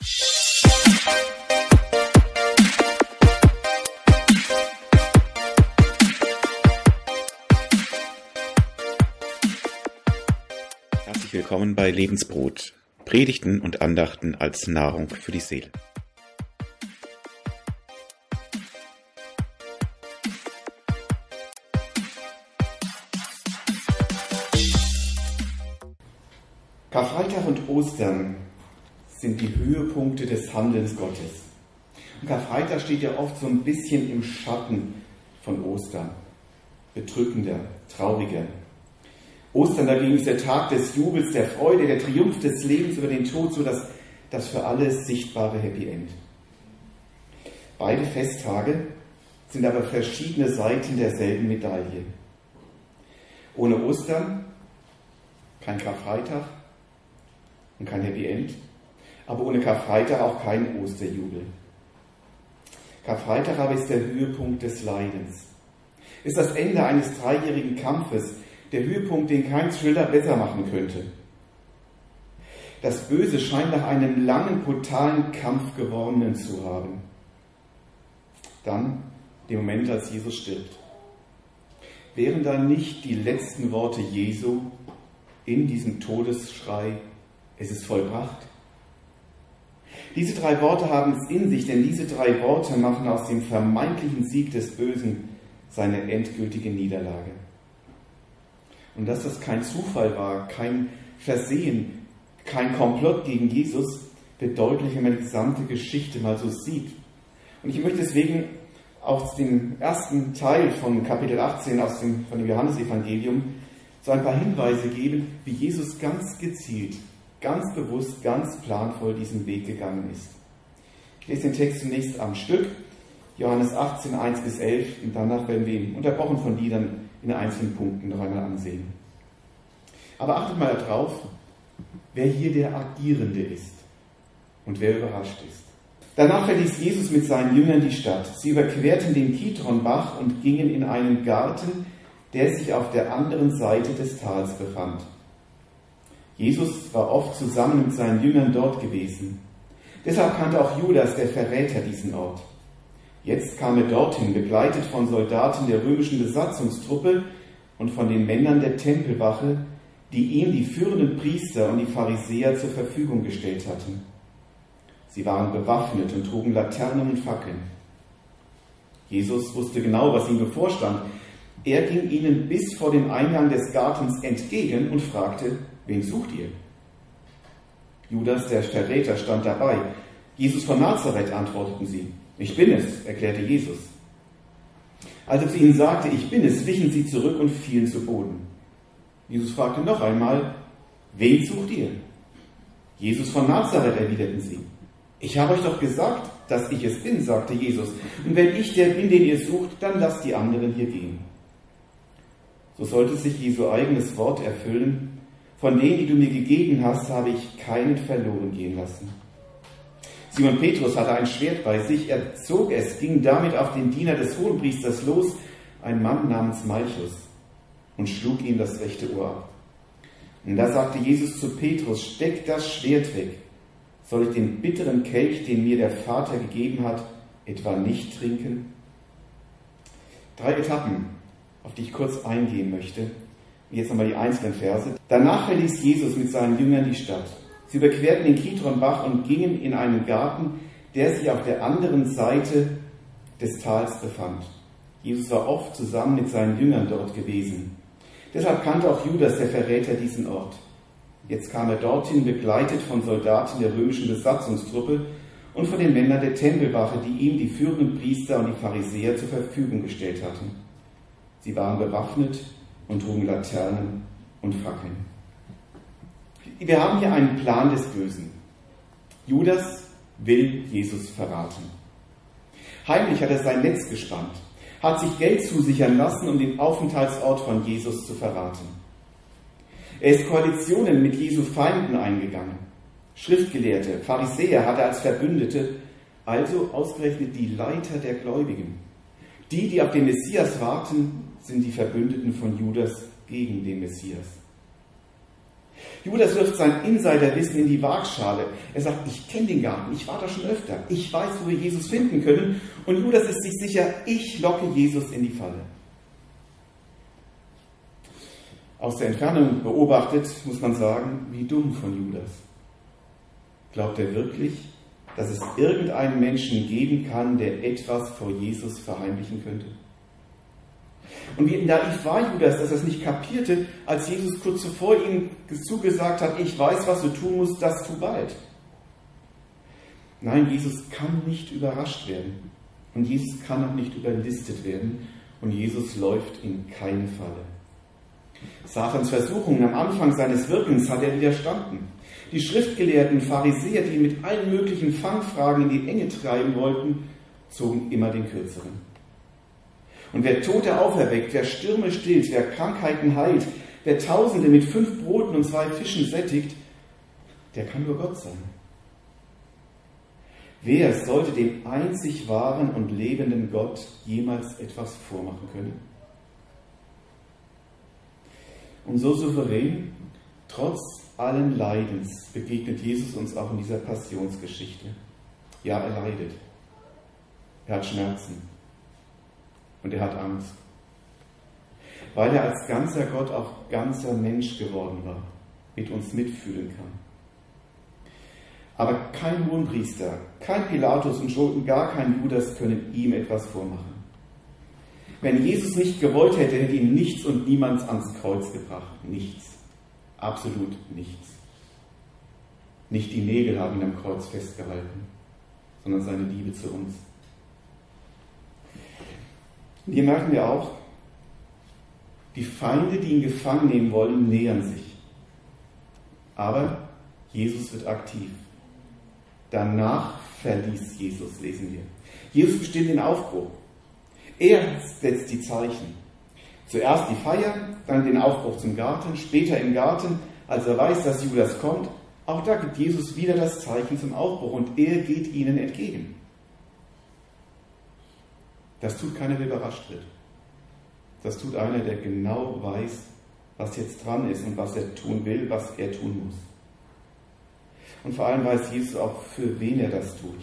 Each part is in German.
Herzlich willkommen bei Lebensbrot, Predigten und Andachten als Nahrung für die Seele. Karfreitag und Ostern sind die Höhepunkte des Handelns Gottes. Und Karfreitag steht ja oft so ein bisschen im Schatten von Ostern. Bedrückender, trauriger. Ostern dagegen ist der Tag des Jubels, der Freude, der Triumph des Lebens über den Tod, so das für alle sichtbare Happy End. Beide Festtage sind aber verschiedene Seiten derselben Medaille. Ohne Ostern kein Karfreitag und kein Happy End, aber ohne Karfreitag auch kein Osterjubel. Karfreitag aber ist der Höhepunkt des Leidens. Ist das Ende eines 3-jährigen Kampfes, der Höhepunkt, den kein Thriller besser machen könnte. Das Böse scheint nach einem langen, brutalen Kampf gewonnen zu haben. Dann der Moment, als Jesus stirbt. Wären da nicht die letzten Worte Jesu in diesem Todesschrei: Es ist vollbracht? Diese 3 Worte haben es in sich, denn diese 3 Worte machen aus dem vermeintlichen Sieg des Bösen seine endgültige Niederlage. Und dass das kein Zufall war, kein Versehen, kein Komplott gegen Jesus, wird deutlich, wenn man die gesamte Geschichte mal so sieht. Und ich möchte deswegen aus dem ersten Teil von Kapitel 18 von dem Johannesevangelium so ein paar Hinweise geben, wie Jesus ganz gezielt, ganz bewusst, ganz planvoll diesen Weg gegangen ist. Ich lese den Text zunächst am Stück, Johannes 18, 1-11, und danach werden wir ihn unterbrochen von Liedern in einzelnen Punkten noch einmal ansehen. Aber achtet mal darauf, wer hier der Agierende ist und wer überrascht ist. Danach verließ Jesus mit seinen Jüngern die Stadt. Sie überquerten den Kidronbach und gingen in einen Garten, der sich auf der anderen Seite des Tals befand. Jesus war oft zusammen mit seinen Jüngern dort gewesen. Deshalb kannte auch Judas, der Verräter, diesen Ort. Jetzt kam er dorthin, begleitet von Soldaten der römischen Besatzungstruppe und von den Männern der Tempelwache, die ihm die führenden Priester und die Pharisäer zur Verfügung gestellt hatten. Sie waren bewaffnet und trugen Laternen und Fackeln. Jesus wusste genau, was ihm bevorstand. Er ging ihnen bis vor dem Eingang des Gartens entgegen und fragte: Wen sucht ihr? Judas, der Verräter, stand dabei. Jesus von Nazareth, antworteten sie. Ich bin es, erklärte Jesus. Als er zu ihnen sagte, ich bin es, wichen sie zurück und fielen zu Boden. Jesus fragte noch einmal, wen sucht ihr? Jesus von Nazareth, erwiderten sie. Ich habe euch doch gesagt, dass ich es bin, sagte Jesus. Und wenn ich der bin, den ihr sucht, dann lasst die anderen hier gehen. So sollte sich Jesu eigenes Wort erfüllen. Von denen, die du mir gegeben hast, habe ich keinen verloren gehen lassen. Simon Petrus hatte ein Schwert bei sich, er zog es, ging damit auf den Diener des Hohenpriesters los, ein Mann namens Malchus, und schlug ihm das rechte Ohr ab. Und da sagte Jesus zu Petrus: Steck das Schwert weg, soll ich den bitteren Kelch, den mir der Vater gegeben hat, etwa nicht trinken? 3 Etappen, auf die ich kurz eingehen möchte. Jetzt nochmal die einzelnen Verse. Danach verließ Jesus mit seinen Jüngern die Stadt. Sie überquerten den Kidronbach und gingen in einen Garten, der sich auf der anderen Seite des Tals befand. Jesus war oft zusammen mit seinen Jüngern dort gewesen. Deshalb kannte auch Judas, der Verräter, diesen Ort. Jetzt kam er dorthin, begleitet von Soldaten der römischen Besatzungstruppe und von den Männern der Tempelwache, die ihm die führenden Priester und die Pharisäer zur Verfügung gestellt hatten. Sie waren bewaffnet und trugen Laternen und Fackeln. Wir haben hier einen Plan des Bösen. Judas will Jesus verraten. Heimlich hat er sein Netz gespannt, hat sich Geld zusichern lassen, um den Aufenthaltsort von Jesus zu verraten. Er ist Koalitionen mit Jesu Feinden eingegangen. Schriftgelehrte, Pharisäer hat er als Verbündete, also ausgerechnet die Leiter der Gläubigen. Die auf den Messias warten, sind die Verbündeten von Judas gegen den Messias. Judas wirft sein Insiderwissen in die Waagschale. Er sagt, ich kenne den Garten, ich war da schon öfter, ich weiß, wo wir Jesus finden können. Und Judas ist sich sicher, ich locke Jesus in die Falle. Aus der Entfernung beobachtet, muss man sagen, wie dumm von Judas. Glaubt er wirklich, dass es irgendeinen Menschen geben kann, der etwas vor Jesus verheimlichen könnte? Und wie naiv war Judas, dass er es nicht kapierte, als Jesus kurz zuvor ihm zugesagt hat, ich weiß, was du tun musst, das tu bald. Nein, Jesus kann nicht überrascht werden. Und Jesus kann auch nicht überlistet werden. Und Jesus läuft in keine Falle. Satans Versuchungen am Anfang seines Wirkens hat er widerstanden. Die schriftgelehrten Pharisäer, die ihn mit allen möglichen Fangfragen in die Enge treiben wollten, zogen immer den Kürzeren. Und wer Tote auferweckt, wer Stürme stillt, wer Krankheiten heilt, wer Tausende mit 5 Broten und 2 Fischen sättigt, der kann nur Gott sein. Wer sollte dem einzig wahren und lebenden Gott jemals etwas vormachen können? Und so souverän, trotz allen Leidens, begegnet Jesus uns auch in dieser Passionsgeschichte. Ja, er leidet. Er hat Schmerzen. Und er hat Angst. Weil er als ganzer Gott auch ganzer Mensch geworden war, mit uns mitfühlen kann. Aber kein Hohenpriester, kein Pilatus und schon gar kein Judas können ihm etwas vormachen. Wenn Jesus nicht gewollt hätte, hätte ihn nichts und niemand ans Kreuz gebracht. Nichts. Absolut nichts. Nicht die Nägel haben ihn am Kreuz festgehalten, sondern seine Liebe zu uns. Und hier merken wir auch, die Feinde, die ihn gefangen nehmen wollen, nähern sich. Aber Jesus wird aktiv. Danach verließ Jesus, lesen wir. Jesus bestimmt den Aufbruch. Er setzt die Zeichen. Zuerst die Feier, dann den Aufbruch zum Garten, später im Garten, als er weiß, dass Judas kommt. Auch da gibt Jesus wieder das Zeichen zum Aufbruch und er geht ihnen entgegen. Das tut keiner, der überrascht wird. Das tut einer, der genau weiß, was jetzt dran ist und was er tun will, was er tun muss. Und vor allem weiß Jesus auch, für wen er das tut.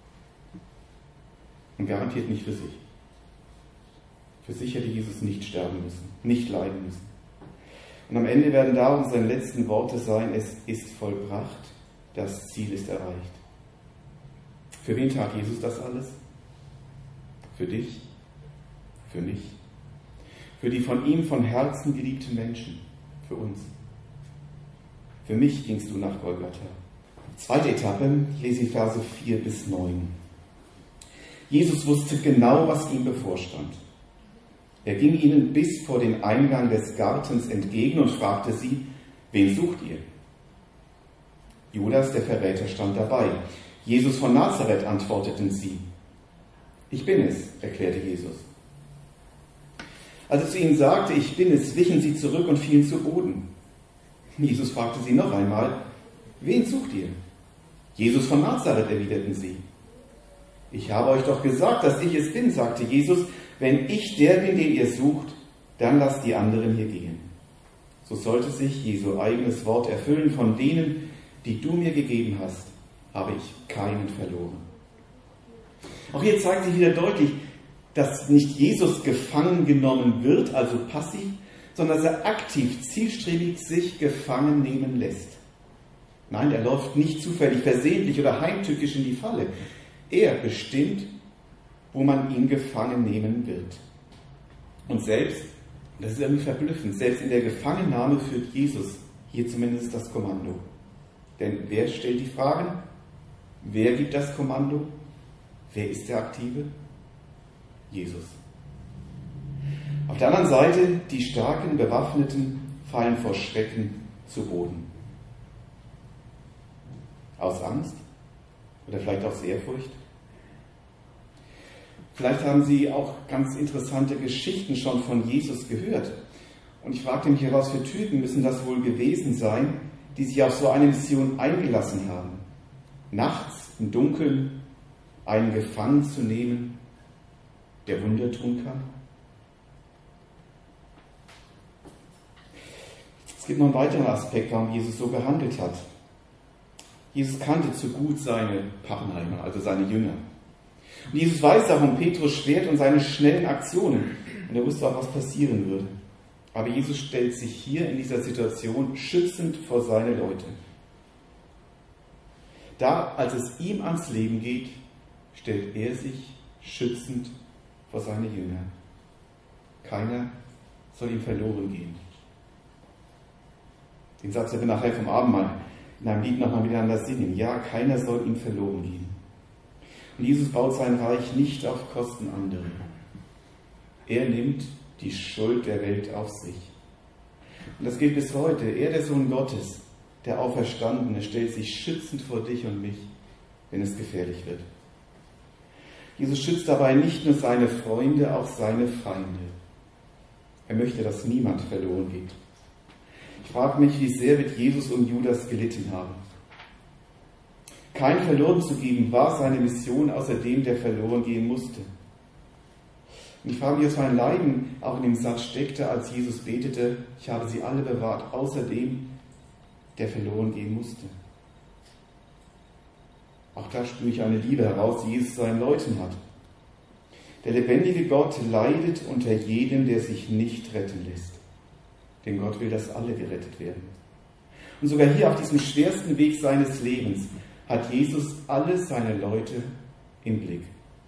Und garantiert nicht für sich. Für sich hätte Jesus nicht sterben müssen, nicht leiden müssen. Und am Ende werden darum seine letzten Worte sein, es ist vollbracht, das Ziel ist erreicht. Für wen tat Jesus das alles? Für dich, für mich, für die von ihm von Herzen geliebten Menschen, für uns. Für mich gingst du nach Golgatha. Zweite Etappe, ich lese die Verse 4 bis 9. Jesus wusste genau, was ihm bevorstand. Er ging ihnen bis vor den Eingang des Gartens entgegen und fragte sie, wen sucht ihr? Judas, der Verräter, stand dabei. Jesus von Nazareth, antworteten sie. Ich bin es, erklärte Jesus. Als er zu ihnen sagte, ich bin es, wichen sie zurück und fielen zu Boden. Jesus fragte sie noch einmal, wen sucht ihr? Jesus von Nazareth, erwiderten sie. Ich habe euch doch gesagt, dass ich es bin, sagte Jesus. Wenn ich der bin, den ihr sucht, dann lasst die anderen hier gehen. So sollte sich Jesu eigenes Wort erfüllen, von denen, die du mir gegeben hast, habe ich keinen verloren. Auch hier zeigt sich wieder deutlich, dass nicht Jesus gefangen genommen wird, also passiv, sondern dass er aktiv, zielstrebig sich gefangen nehmen lässt. Nein, er läuft nicht zufällig, versehentlich oder heimtückisch in die Falle. Er bestimmt, wo man ihn gefangen nehmen wird. Und selbst, das ist irgendwie verblüffend, selbst in der Gefangennahme führt Jesus hier zumindest das Kommando. Denn wer stellt die Fragen? Wer gibt das Kommando? Wer ist der Aktive? Jesus. Auf der anderen Seite, die starken Bewaffneten fallen vor Schrecken zu Boden. Aus Angst oder vielleicht aus Ehrfurcht. Vielleicht haben Sie auch ganz interessante Geschichten schon von Jesus gehört. Und ich fragte mich, was für Typen müssen das wohl gewesen sein, die sich auf so eine Mission eingelassen haben. Nachts im Dunkeln einen gefangen zu nehmen, der Wunder tun kann. Es gibt noch einen weiteren Aspekt, warum Jesus so gehandelt hat. Jesus kannte zu gut seine Pappenheimer, also seine Jünger. Und Jesus weiß auch um Petrus' Schwert und seine schnellen Aktionen. Und er wusste auch, was passieren würde. Aber Jesus stellt sich hier in dieser Situation schützend vor seine Leute. Da, als es ihm ans Leben geht, stellt er sich schützend vor seine Jünger. Keiner soll ihm verloren gehen. Den Satz werden wir nachher vom Abendmahl in einem Lied nochmal miteinander singen. Ja, keiner soll ihm verloren gehen. Und Jesus baut sein Reich nicht auf Kosten anderer. Er nimmt die Schuld der Welt auf sich. Und das gilt bis heute. Er, der Sohn Gottes, der Auferstandene, stellt sich schützend vor dich und mich, wenn es gefährlich wird. Jesus schützt dabei nicht nur seine Freunde, auch seine Feinde. Er möchte, dass niemand verloren geht. Ich frage mich, wie sehr wird Jesus und Judas gelitten haben. Keinen verloren zu geben, war seine Mission, außer dem, der verloren gehen musste. Und ich frage mich, was für ein Leiden auch in dem Satz steckte, als Jesus betete, ich habe sie alle bewahrt, außer dem, der verloren gehen musste. Auch da spüre ich eine Liebe heraus, die Jesus seinen Leuten hat. Der lebendige Gott leidet unter jedem, der sich nicht retten lässt. Denn Gott will, dass alle gerettet werden. Und sogar hier auf diesem schwersten Weg seines Lebens hat Jesus alle seine Leute im Blick.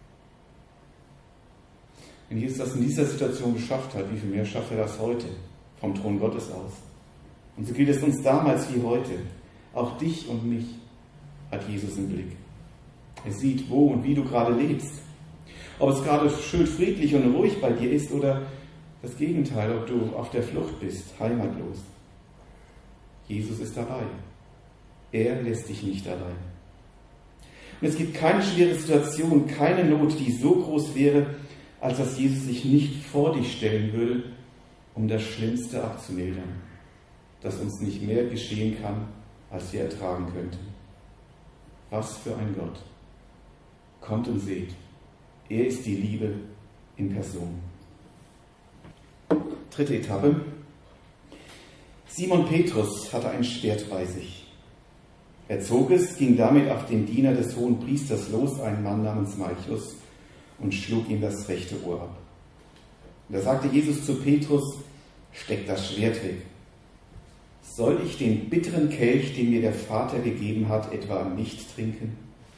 Wenn Jesus das in dieser Situation geschafft hat, wie viel mehr schafft er das heute vom Thron Gottes aus? Und so gilt es uns damals wie heute. Auch dich und mich hat Jesus im Blick. Er sieht, wo und wie du gerade lebst. Ob es gerade schön friedlich und ruhig bei dir ist oder das Gegenteil, ob du auf der Flucht bist, heimatlos. Jesus ist dabei. Er lässt dich nicht allein. Und es gibt keine schwere Situation, keine Not, die so groß wäre, als dass Jesus sich nicht vor dich stellen würde, um das Schlimmste abzumildern, dass uns nicht mehr geschehen kann, als wir ertragen könnten. Was für ein Gott. Kommt und seht, er ist die Liebe in Person. Dritte Etappe. Simon Petrus hatte ein Schwert bei sich. Er zog es, ging damit auf den Diener des hohen Priesters los, einen Mann namens Malchus, und schlug ihm das rechte Ohr ab. Und da sagte Jesus zu Petrus, steck das Schwert weg. Soll ich den bitteren Kelch, den mir der Vater gegeben hat, etwa nicht trinken?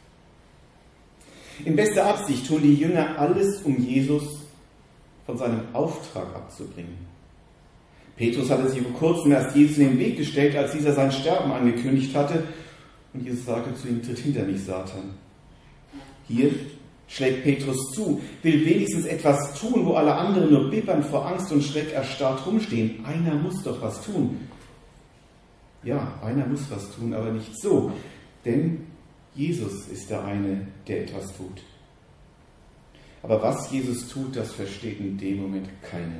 In bester Absicht tun die Jünger alles, um Jesus von seinem Auftrag abzubringen. Petrus hatte sich vor kurzem erst Jesus in den Weg gestellt, als dieser sein Sterben angekündigt hatte. Und Jesus sagte zu ihm, tritt hinter mich, Satan. Hier schlägt Petrus zu, will wenigstens etwas tun, wo alle anderen nur bibbern vor Angst und Schreck erstarrt rumstehen. Einer muss doch was tun. Ja, einer muss was tun, aber nicht so. Denn Jesus ist der eine, der etwas tut. Aber was Jesus tut, das versteht in dem Moment keiner.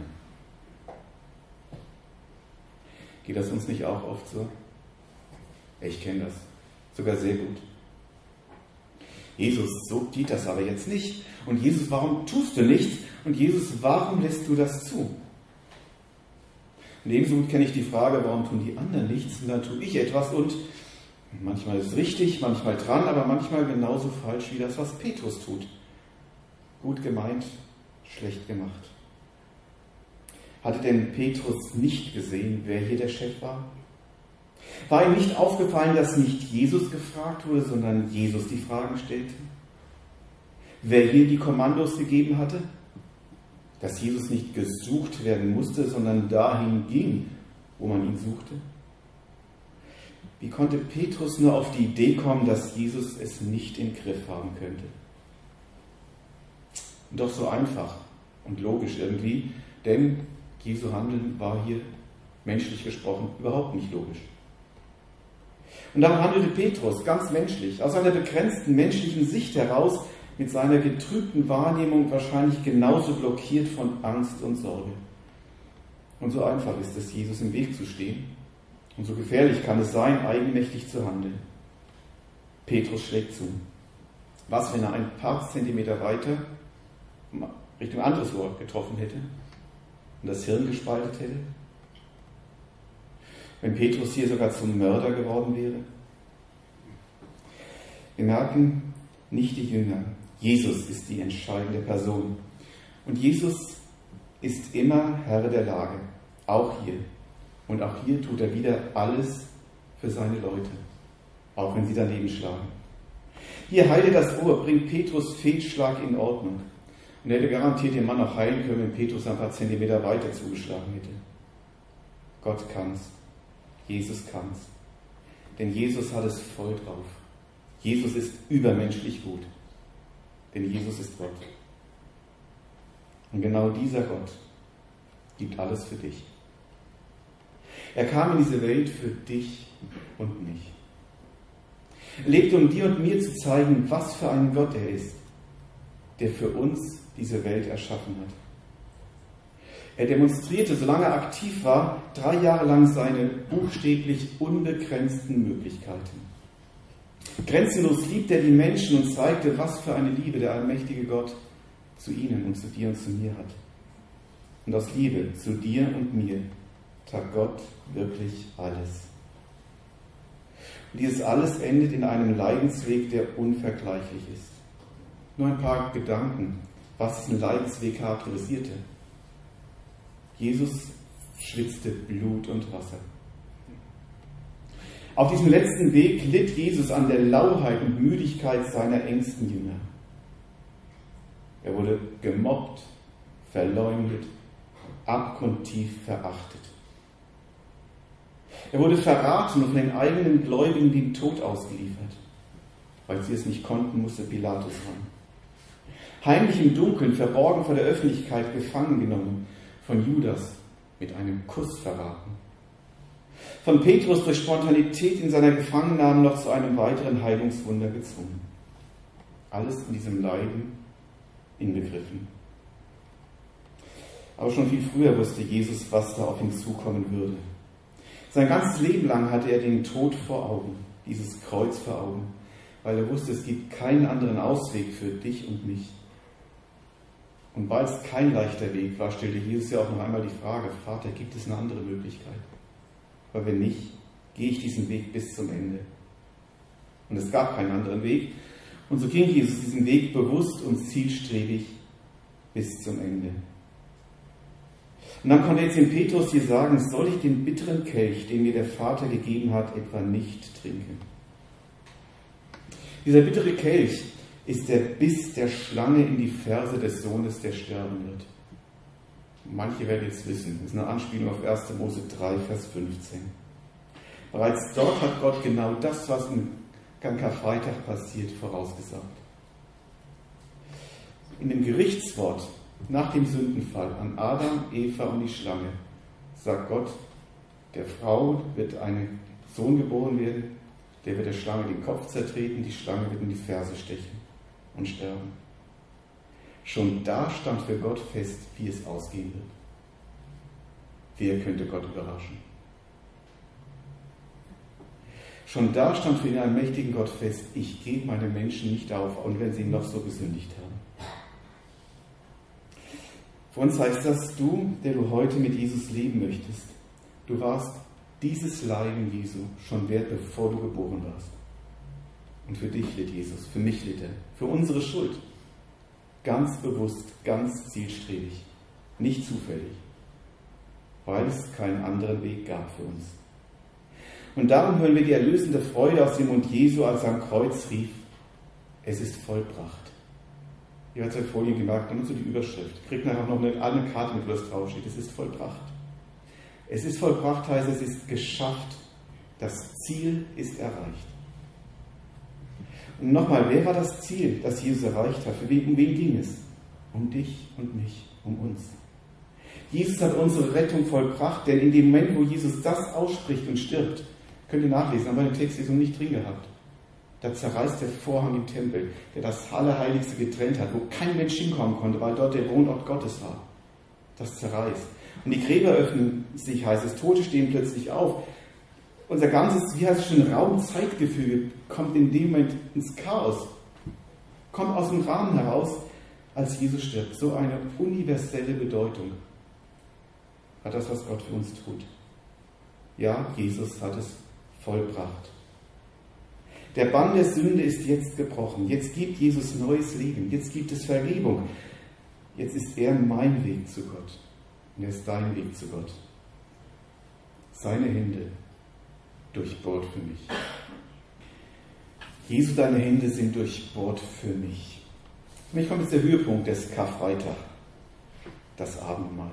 Geht das uns nicht auch oft so? Ich kenne das sogar sehr gut. Jesus, so geht das aber jetzt nicht. Und Jesus, warum tust du nichts? Und Jesus, warum lässt du das zu? Und ebenso gut kenne ich die Frage, warum tun die anderen nichts und dann tue ich etwas und manchmal ist es richtig, manchmal dran, aber manchmal genauso falsch wie das, was Petrus tut. Gut gemeint, schlecht gemacht. Hatte denn Petrus nicht gesehen, wer hier der Chef war? War ihm nicht aufgefallen, dass nicht Jesus gefragt wurde, sondern Jesus die Fragen stellte? Wer hier die Kommandos gegeben hatte? Dass Jesus nicht gesucht werden musste, sondern dahin ging, wo man ihn suchte? Wie konnte Petrus nur auf die Idee kommen, dass Jesus es nicht im Griff haben könnte? Und doch so einfach und logisch irgendwie, denn Jesu Handeln war hier, menschlich gesprochen, überhaupt nicht logisch. Und darum handelte Petrus ganz menschlich, aus einer begrenzten menschlichen Sicht heraus, mit seiner getrübten Wahrnehmung wahrscheinlich genauso blockiert von Angst und Sorge. Und so einfach ist es, Jesus im Weg zu stehen. Und so gefährlich kann es sein, eigenmächtig zu handeln. Petrus schlägt zu. Was, wenn er ein paar Zentimeter weiter Richtung anderes Ohr getroffen hätte und das Hirn gespaltet hätte? wenn Petrus hier sogar zum Mörder geworden wäre? Wir merken, nicht die Jünger. Jesus ist die entscheidende Person. Und Jesus ist immer Herr der Lage, auch hier. Und auch hier tut er wieder alles für seine Leute, auch wenn sie daneben schlagen. Hier heilt er das Ohr, bringt Petrus Fehlschlag in Ordnung. Und er hätte garantiert den Mann noch heilen können, wenn Petrus ein paar Zentimeter weiter zugeschlagen hätte. Gott kann's. Jesus kann's. Denn Jesus hat es voll drauf. Jesus ist übermenschlich gut. Denn Jesus ist Gott. Und genau dieser Gott gibt alles für dich. Er kam in diese Welt für dich und mich. Er lebte, um dir und mir zu zeigen, was für ein Gott er ist, der für uns diese Welt erschaffen hat. Er demonstrierte, solange er aktiv war, 3 Jahre lang seine buchstäblich unbegrenzten Möglichkeiten. Grenzenlos liebte er die Menschen und zeigte, was für eine Liebe der allmächtige Gott zu ihnen und zu dir und zu mir hat. Und aus Liebe zu dir und mir tat Gott wirklich alles. Und dieses alles endet in einem Leidensweg, der unvergleichlich ist. Nur ein paar Gedanken, was diesen Leidensweg charakterisierte. Jesus schwitzte Blut und Wasser. Auf diesem letzten Weg litt Jesus an der Lauheit und Müdigkeit seiner engsten Jünger. Er wurde gemobbt, verleumdet, abgrundtief verachtet. Er wurde verraten und von den eigenen Gläubigen dem Tod ausgeliefert. Weil sie es nicht konnten, musste Pilatus ran. Heimlich im Dunkeln, verborgen vor der Öffentlichkeit, gefangen genommen, von Judas mit einem Kuss verraten. Von Petrus durch Spontanität in seiner Gefangennahme noch zu einem weiteren Heilungswunder gezwungen. Alles in diesem Leiden inbegriffen. Aber schon viel früher wusste Jesus, was da auf ihn zukommen würde. Sein ganzes Leben lang hatte er den Tod vor Augen, dieses Kreuz vor Augen, weil er wusste, es gibt keinen anderen Ausweg für dich und mich. Und weil es kein leichter Weg war, stellte Jesus ja auch noch einmal die Frage, Vater, gibt es eine andere Möglichkeit? Weil wenn nicht, gehe ich diesen Weg bis zum Ende. Und es gab keinen anderen Weg. Und so ging Jesus diesen Weg bewusst und zielstrebig bis zum Ende. Und dann konnte jetzt dem Petrus hier sagen, soll ich den bitteren Kelch, den mir der Vater gegeben hat, etwa nicht trinken? Dieser bittere Kelch ist der Biss der Schlange in die Ferse des Sohnes, der sterben wird. Manche werden jetzt wissen, das ist eine Anspielung auf 1. Mose 3, Vers 15. Bereits dort hat Gott genau das, was am Karfreitag passiert, vorausgesagt. In dem Gerichtswort nach dem Sündenfall an Adam, Eva und die Schlange sagt Gott, der Frau wird ein Sohn geboren werden, der wird der Schlange den Kopf zertreten, die Schlange wird in die Ferse stechen und sterben. Schon da stand für Gott fest, wie es ausgehen wird. Wer könnte Gott überraschen? Schon da stand für den allmächtigen Gott fest, ich gebe meine Menschen nicht auf, und wenn sie noch so gesündigt haben. Für uns heißt das, du, der du heute mit Jesus leben möchtest, du warst dieses Leiden Jesu schon wert, bevor du geboren warst. Und für dich litt Jesus, für mich litt er, für unsere Schuld. Ganz bewusst, ganz zielstrebig, nicht zufällig, weil es keinen anderen Weg gab für uns. Und darum hören wir die erlösende Freude aus dem Mund Jesu, als er am Kreuz rief, es ist vollbracht. Ihr habt es ja vorhin gemerkt, nur so die Überschrift. Kriegt nachher noch eine Karte mit, wo das draufsteht. Es ist vollbracht. Es ist vollbracht heißt, es ist geschafft. Das Ziel ist erreicht. Und nochmal, wer war das Ziel, das Jesus erreicht hat? Um wen ging es? Um dich und mich, um uns. Jesus hat unsere Rettung vollbracht, denn in dem Moment, wo Jesus das ausspricht und stirbt, könnt ihr nachlesen, haben wir den Textlesung nicht drin gehabt. Da zerreißt der Vorhang im Tempel, der das Allerheiligste getrennt hat, wo kein Mensch hinkommen konnte, weil dort der Wohnort Gottes war. Das zerreißt. Und die Gräber öffnen sich, heißt es, Tote stehen plötzlich auf. Unser ganzes, wie heißt es schon, Raum-Zeitgefüge kommt in dem Moment ins Chaos. Kommt aus dem Rahmen heraus, als Jesus stirbt. So eine universelle Bedeutung hat das, was Gott für uns tut. Ja, Jesus hat es vollbracht. Der Bann der Sünde ist jetzt gebrochen. Jetzt gibt Jesus neues Leben. Jetzt gibt es Vergebung. Jetzt ist er mein Weg zu Gott. Und er ist dein Weg zu Gott. Seine Hände durchbohrt für mich. Jesu, deine Hände sind durchbohrt für mich. Für mich kommt jetzt der Höhepunkt des Karfreitag, das Abendmahl.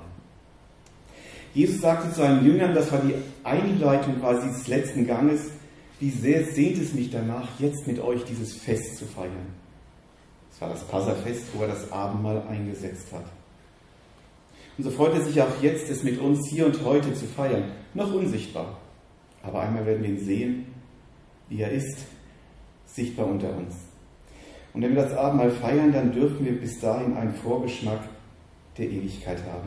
Jesus sagte zu seinen Jüngern, das war die Einleitung quasi des letzten Ganges, wie sehr sehnt es mich danach, jetzt mit euch dieses Fest zu feiern. Das war das Passafest, wo er das Abendmahl eingesetzt hat. Und so freut er sich auch jetzt, es mit uns hier und heute zu feiern. Noch unsichtbar. Aber einmal werden wir ihn sehen, wie er ist, sichtbar unter uns. Und wenn wir das Abendmahl feiern, dann dürfen wir bis dahin einen Vorgeschmack der Ewigkeit haben.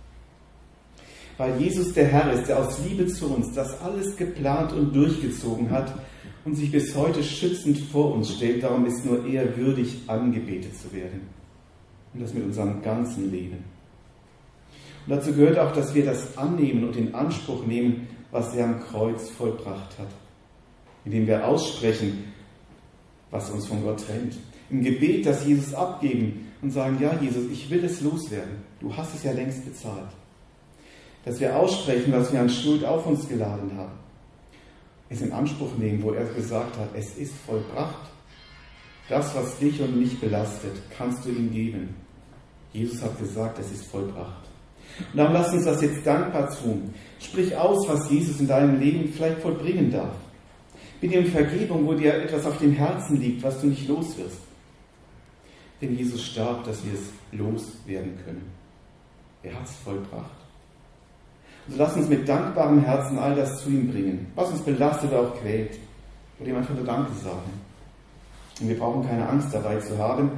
Weil Jesus der Herr ist, der aus Liebe zu uns das alles geplant und durchgezogen hat und sich bis heute schützend vor uns stellt, darum ist nur er würdig, angebetet zu werden. Und das mit unserem ganzen Leben. Und dazu gehört auch, dass wir das annehmen und in Anspruch nehmen, was er am Kreuz vollbracht hat. Indem wir aussprechen, was uns von Gott trennt. Im Gebet das Jesus abgeben und sagen, ja Jesus, ich will es loswerden. Du hast es ja längst bezahlt. Dass wir aussprechen, was wir an Schuld auf uns geladen haben. Es in Anspruch nehmen, wo er gesagt hat, es ist vollbracht. Das, was dich und mich belastet, kannst du ihm geben. Jesus hat gesagt, es ist vollbracht. Und darum lass uns das jetzt dankbar tun. Sprich aus, was Jesus in deinem Leben vielleicht vollbringen darf. Bitte um Vergebung, wo dir etwas auf dem Herzen liegt, was du nicht los wirst. Denn Jesus starb, dass wir es loswerden können. Er hat es vollbracht. Und so lass uns mit dankbarem Herzen all das zu ihm bringen, was uns belastet oder auch quält. Und ihm einfach nur Danke sagen. Und wir brauchen keine Angst dabei zu haben.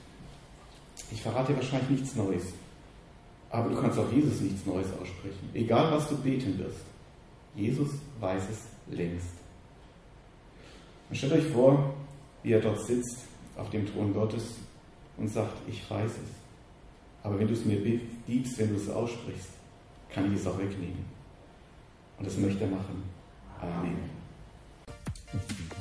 Ich verrate dir wahrscheinlich nichts Neues. Aber du kannst auch Jesus nichts Neues aussprechen. Egal, was du beten wirst. Jesus weiß es längst. Und stellt euch vor, wie er dort sitzt, auf dem Thron Gottes und sagt, ich weiß es. Aber wenn du es mir gibst, wenn du es aussprichst, kann ich es auch wegnehmen. Und das möchte er machen. Amen.